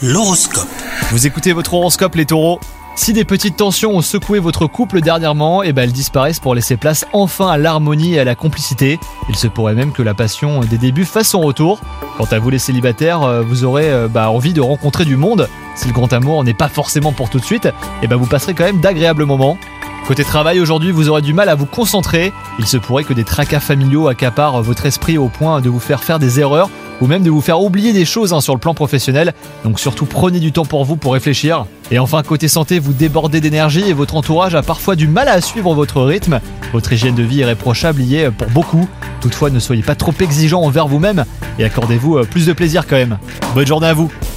L'horoscope. Vous écoutez votre horoscope les taureaux. Si des petites tensions ont secoué votre couple dernièrement, elles disparaissent pour laisser place enfin à l'harmonie et à la complicité. Il se pourrait même que la passion des débuts fasse son retour. Quant à vous les célibataires, vous aurez envie de rencontrer du monde. Si le grand amour n'est pas forcément pour tout de suite, vous passerez quand même d'agréables moments. Côté travail, aujourd'hui, vous aurez du mal à vous concentrer. Il se pourrait que des tracas familiaux accaparent votre esprit au point de vous faire des erreurs ou même de vous faire oublier des choses sur le plan professionnel. Donc surtout, prenez du temps pour vous pour réfléchir. Et enfin, côté santé, vous débordez d'énergie et votre entourage a parfois du mal à suivre votre rythme. Votre hygiène de vie irréprochable y est pour beaucoup. Toutefois, ne soyez pas trop exigeant envers vous-même et accordez-vous plus de plaisir quand même. Bonne journée à vous!